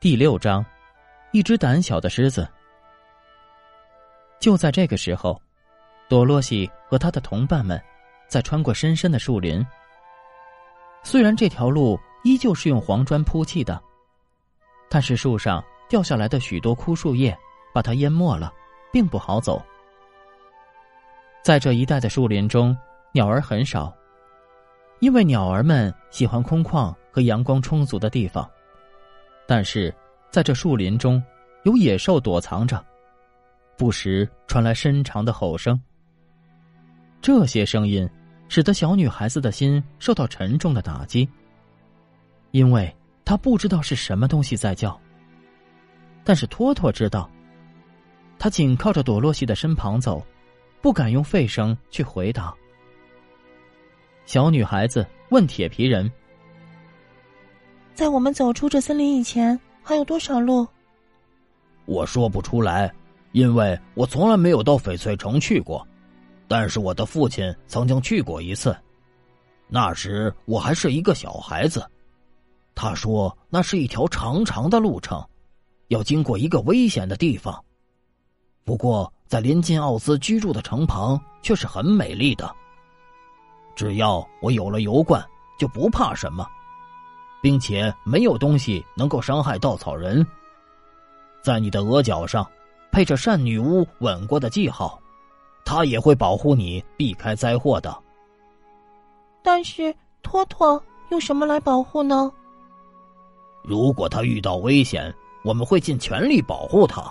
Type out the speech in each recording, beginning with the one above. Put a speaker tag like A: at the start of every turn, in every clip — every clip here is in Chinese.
A: 第6章，一只胆小的狮子。就在这个时候，多洛西和他的同伴们在穿过深深的树林。虽然这条路依旧是用黄砖铺砌的，但是树上掉下来的许多枯树叶把它淹没了，并不好走。在这一带的树林中，鸟儿很少，因为鸟儿们喜欢空旷和阳光充足的地方。但是在这树林中，有野兽躲藏着，不时传来深长的吼声。这些声音使得小女孩子的心受到沉重的打击，因为她不知道是什么东西在叫。但是托托知道，他紧靠着多洛西的身旁走，不敢用吠声去回答。小女孩子问铁皮人：
B: 在我们走出这森林以前还有多少路？
C: 我说不出来，因为我从来没有到翡翠城去过，但是我的父亲曾经去过一次，那时我还是一个小孩子。他说那是一条长长的路程，要经过一个危险的地方，不过在临近奥兹居住的城旁却是很美丽的。只要我有了油罐，就不怕什么，并且没有东西能够伤害稻草人。在你的额角上配着善女巫吻过的记号，她也会保护你避开灾祸的。
B: 但是托托用什么来保护呢？
C: 如果他遇到危险，我们会尽全力保护他。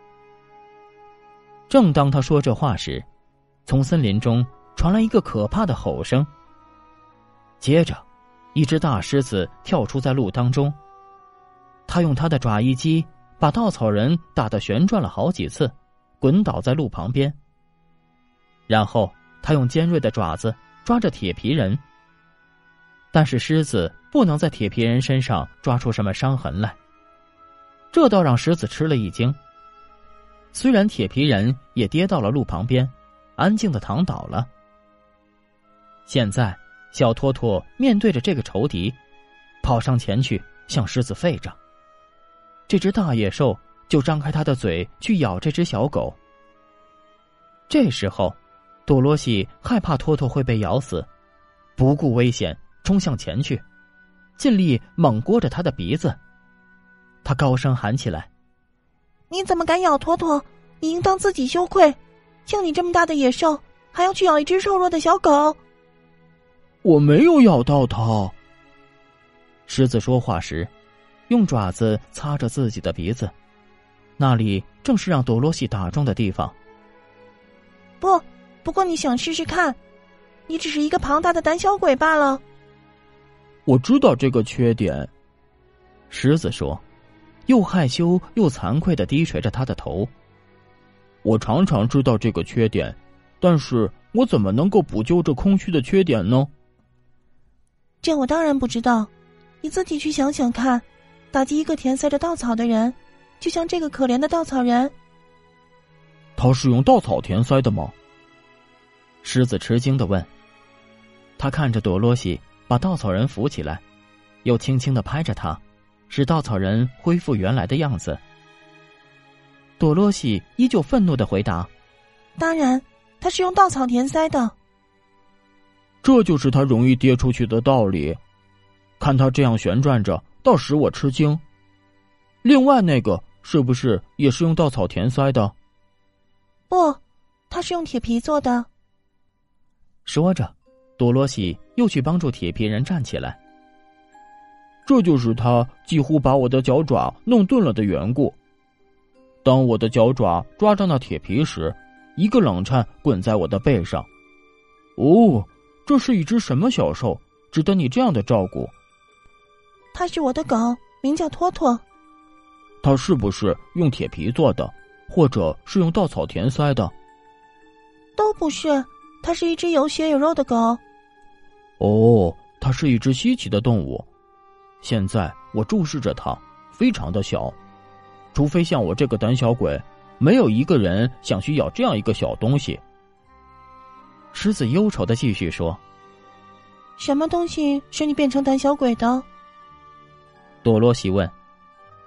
A: 正当他说这话时，从森林中传来一个可怕的吼声。接着一只大狮子跳出在路当中，他用他的爪一击，把稻草人打得旋转了好几次，滚倒在路旁边。然后他用尖锐的爪子抓着铁皮人，但是狮子不能在铁皮人身上抓出什么伤痕来，这倒让狮子吃了一惊。虽然铁皮人也跌到了路旁边，安静地躺倒了。现在小托托面对着这个仇敌，跑上前去向狮子吠着。这只大野兽就张开它的嘴去咬这只小狗。这时候多罗西害怕托托会被咬死，不顾危险冲向前去，尽力猛掴着他的鼻子。他高声喊起来：
B: 你怎么敢咬托托？你应当自己羞愧，像你这么大的野兽还要去咬一只瘦弱的小狗。
A: 我没有咬到它。狮子说话时用爪子擦着自己的鼻子，那里正是让多罗西打中的地方。
B: 不过你想试试看，你只是一个庞大的胆小鬼罢了。
A: 我知道这个缺点，狮子说，又害羞又惭愧地低垂着他的头。我常常知道这个缺点，但是我怎么能够补救这空虚的缺点呢？
B: 这我当然不知道，你自己去想想看，打击一个填塞着稻草的人，就像这个可怜的稻草人。
A: 他是用稻草填塞的吗？狮子吃惊地问。他看着多罗西把稻草人扶起来，又轻轻地拍着他，使稻草人恢复原来的样子。多罗西依旧愤怒地回答：
B: 当然，他是用稻草填塞的。
A: 这就是他容易跌出去的道理。看他这样旋转着，倒使我吃惊。另外那个是不是也是用稻草填塞的？
B: 不，他是用铁皮做的。
A: 说着，多罗西又去帮助铁皮人站起来。这就是他几乎把我的脚爪弄钝了的缘故。当我的脚爪抓着那铁皮时，一个冷颤滚在我的背上。哦，这是一只什么小兽，值得你这样的照顾？
B: 它是我的狗，名叫托托。
A: 它是不是用铁皮做的，或者是用稻草填塞的？
B: 都不是，它是一只有血有肉的狗。
A: 哦，它是一只稀奇的动物。现在我注视着它，非常的小，除非像我这个胆小鬼，没有一个人想去咬这样一个小东西。狮子忧愁地继续说：
B: 什么东西使你变成胆小鬼的？
A: 多罗西问。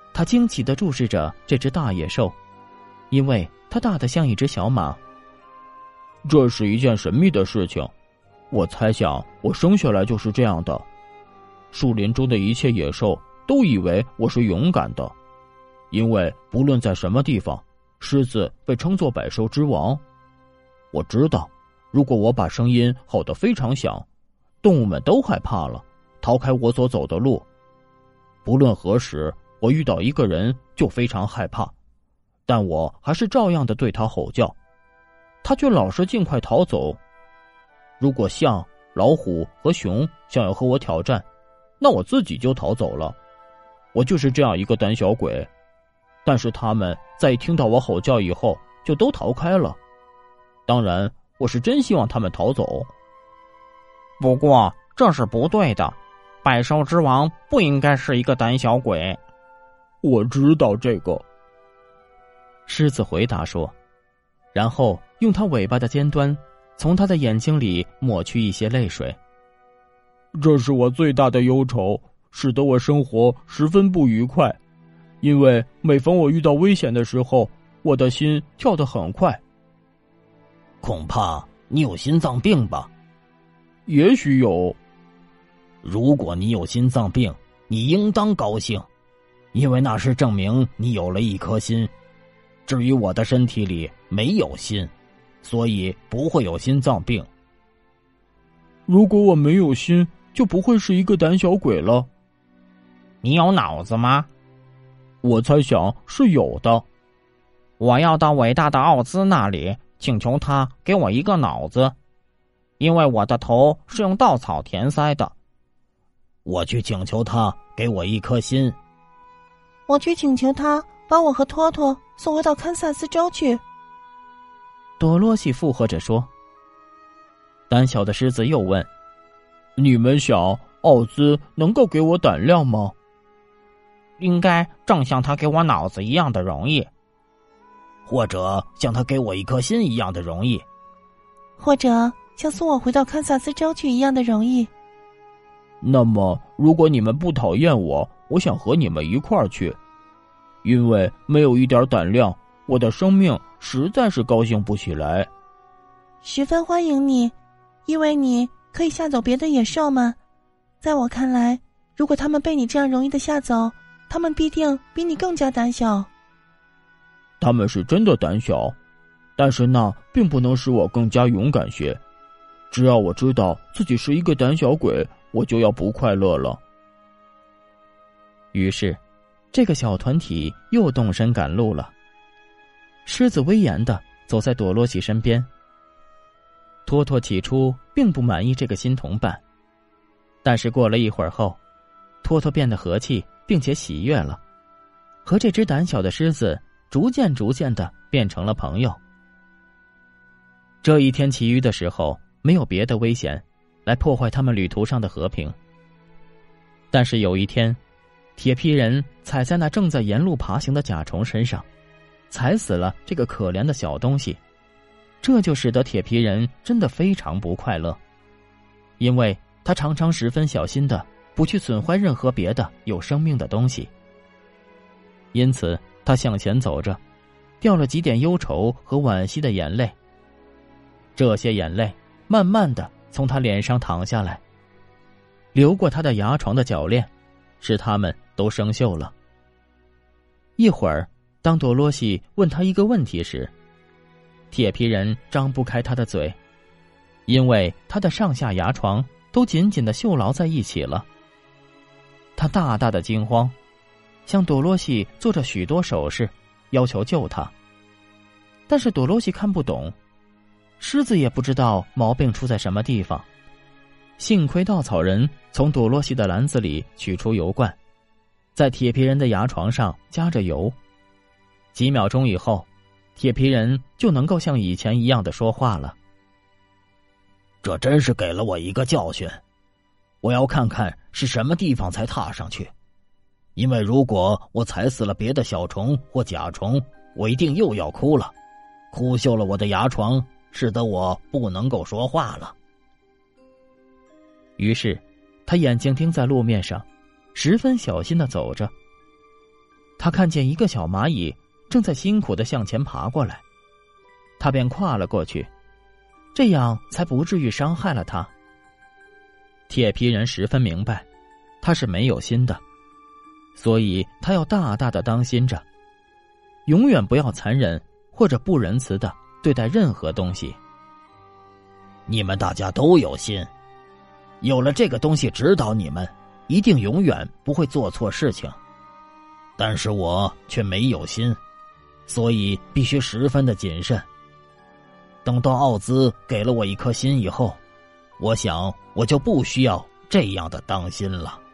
A: 他惊奇地注视着这只大野兽，因为它大得像一只小马。
C: 这是一件神秘的事情，我猜想我生下来就是这样的。树林中的一切野兽都以为我是勇敢的，因为不论在什么地方，狮子被称作百兽之王。我知道，如果我把声音吼得非常响，动物们都害怕了，逃开我所走的路。不论何时，我遇到一个人就非常害怕，但我还是照样的对他吼叫，他却老是尽快逃走。如果象、老虎和熊想要和我挑战，那我自己就逃走了。我就是这样一个胆小鬼，但是他们在听到我吼叫以后就都逃开了。当然，我是真希望他们逃走。
D: 不过这是不对的，百兽之王不应该是一个胆小鬼。
C: 我知道这个，
A: 狮子回答说，然后用它尾巴的尖端从他的眼睛里抹去一些泪水。
C: 这是我最大的忧愁，使得我生活十分不愉快，因为每逢我遇到危险的时候，我的心跳得很快。
E: 恐怕你有心脏病吧？
C: 也许有。
E: 如果你有心脏病，你应当高兴，因为那是证明你有了一颗心。至于我的身体里没有心，所以不会有心脏病。
C: 如果我没有心，就不会是一个胆小鬼了。
D: 你有脑子吗？
C: 我猜想是有的。
D: 我要到伟大的奥兹那里，请求他给我一个脑子，因为我的头是用稻草填塞的。
E: 我去请求他给我一颗心。
B: 我去请求他把我和托托送回到堪萨斯州去。
A: 多罗西附和着说。胆小的狮子又问，
C: 你们想奥兹能够给我胆量吗？
D: 应该正像他给我脑子一样的容易，
E: 或者像他给我一颗心一样的容易，
B: 或者像送我回到堪萨斯州去一样的容易。
C: 那么如果你们不讨厌我，我想和你们一块儿去，因为没有一点胆量，我的生命实在是高兴不起来。
B: 十分欢迎你，因为你可以吓走别的野兽们。在我看来，如果他们被你这样容易的吓走，他们必定比你更加胆小。
C: 他们是真的胆小，但是那并不能使我更加勇敢些。只要我知道自己是一个胆小鬼，我就要不快乐了。
A: 于是，这个小团体又动身赶路了。狮子威严地走在朵罗西身边。托托起初并不满意这个新同伴，但是过了一会儿后，托托变得和气并且喜悦了，和这只胆小的狮子逐渐地变成了朋友。这一天其余的时候，没有别的危险来破坏他们旅途上的和平。但是有一天，铁皮人踩在那正在沿路爬行的甲虫身上，踩死了这个可怜的小东西。这就使得铁皮人真的非常不快乐，因为他常常十分小心的不去损坏任何别的有生命的东西。因此他向前走着，掉了几点忧愁和惋惜的眼泪。这些眼泪慢慢的从他脸上淌下来，流过他的牙床的铰链，使它们都生锈了。一会儿，当朵罗西问他一个问题时，铁皮人张不开他的嘴，因为他的上下牙床都紧紧地锈牢在一起了。他大大的惊慌，向朵罗西做着许多手势，要求救他。但是朵罗西看不懂，狮子也不知道毛病出在什么地方。幸亏稻草人从朵罗西的篮子里取出油罐，在铁皮人的牙床上加着油。几秒钟以后，铁皮人就能够像以前一样的说话了。
E: 这真是给了我一个教训，我要看看是什么地方才踏上去，因为如果我踩死了别的小虫或甲虫，我一定又要哭了，哭锈了我的牙床，使得我不能够说话了。
A: 于是他眼睛盯在路面上，十分小心地走着。 他看见一个小蚂蚁正在辛苦地向前爬过来，他便跨了过去，这样才不至于伤害了他。铁皮人十分明白，他是没有心的，所以他要大大的当心着，永远不要残忍或者不仁慈的对待任何东西。
C: 你们大家都有心，有了这个东西指导你们，一定永远不会做错事情。但是我却没有心，所以必须十分的谨慎。等到奥兹给了我一颗心以后，我想我就不需要这样的当心了。